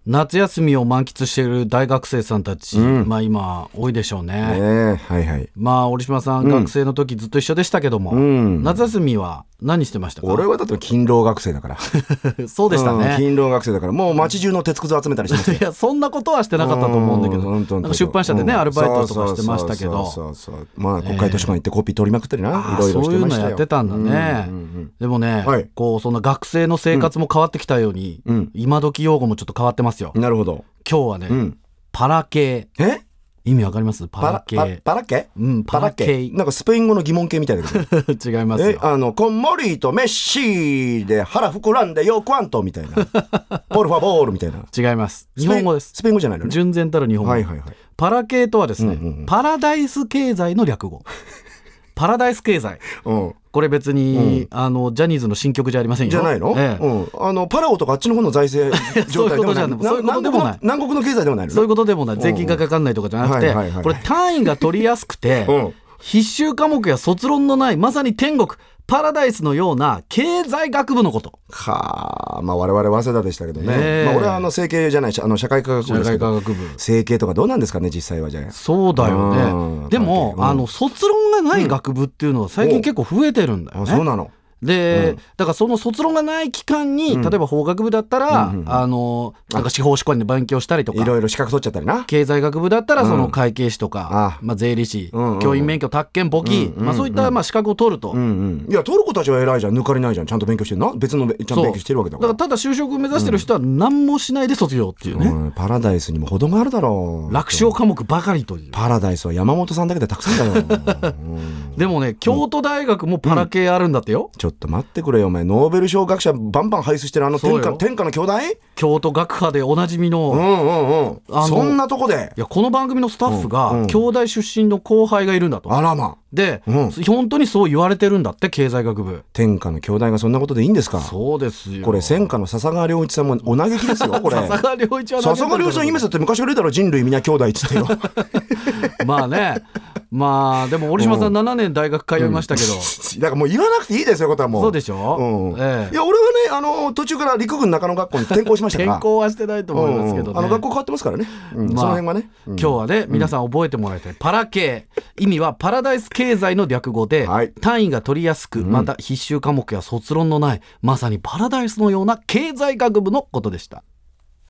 夏休みを満喫している大学生さんたち、まあ今多いでしょうね。 はいはい。 まあ折島さん、学生の時ずっと一緒でしたけども、夏休みは何してましたか？ 俺はだって勤労学生だからそうでしたね、 勤労学生だからもう街中の鉄くず集めたりしてましたよ。 いやそんなことはしてなかったと思うんだけど、なんか出版社でね、アルバイトとかしてましたけど、 まあ国会図書館行ってコピー取りまくったりな、いろいろしてましたよ。 そういうのやってたんだね。でもね、こうそんな学生の生活も変わってきたように、今時用語もちょっと変わってますよ。 なるほど。 今日はね、パラ系。意味わかります？パラ系。 パラ系？ パラ系。 なんかスペイン語の疑問形みたいだけど。 違いますよ。 コンモリとメッシーで腹膨らんでよクワントみたいな。ポルファボールみたいな。 違います。日本語です。 スペイン語じゃないのね。 純然たる日本語。パラ系とはですね、パラダイス経済の略語。パラダイス経済。これ別に、ジャニーズの新曲じゃありませんよ。 じゃないの？パラオとかあっちの方の財政状態でもない。 そういうことでもない。 南国の経済でもないの？ そういうことでもない。税金がかかんないとかじゃなくて、これ単位が取りやすくて、必修科目や卒論のないまさに天国、パラダイスのような経済学部のこと。 まあ我々早稲田でしたけどね。まあ俺は政経じゃないし、社会科学部ですけど。政経とかどうなんですかね、実際は。じゃあそうだよね。でも卒論がない学部っていうのは最近結構増えてるんだよね。 そうなの。 で、だからその卒論がない期間に、例えば法学部だったら、なんか司法試験で勉強したりとか、 いろいろ資格取っちゃったりな。 経済学部だったらその会計士とか、まあ税理士、教員免許、宅建、簿記、まあそういったまあ資格を取ると。 いや取る子たちは偉いじゃん、抜かりないじゃん、ちゃんと勉強してるな、別のちゃんと勉強してるわけだから。 だからただ就職を目指してる人は何もしないで卒業っていうね。 パラダイスにも程があるだろう。 楽勝科目ばかりという。 パラダイスは山本さんだけでたくさんだよ。 でもね、京都大学もパラ系あるんだってよ。 ちょっと待ってくれよ。お前ノーベル賞学者バンバン輩出してる天下の兄弟、 京都学派でおなじみの、 そんなとこで、 いやこの番組のスタッフが、京大出身の後輩がいるんだと。 あらま。 で、本当にそう言われてるんだって、経済学部。 天下の兄弟がそんなことでいいんですか？ そうですよ。 これ戦火の笹川良一さんもお嘆きですよこれ。 笹川良一は笹川良一さんイメージだって昔から言うだろ、人類みんな兄弟っつってよ。 まあね、まあでも折島さん7年大学通いましたけど、 だからもう言わなくていいですよ、ことはもう。 そうでしょ。 いや俺はね、途中から陸軍中野学校に転校しましたから。 転校はしてないと思いますけどね。 学校変わってますからね。その辺はね。 今日はね、皆さん覚えてもらいたいパラ系、意味はパラダイス経済の略語で、単位が取りやすく、また必修科目や卒論のないまさにパラダイスのような経済学部のことでした。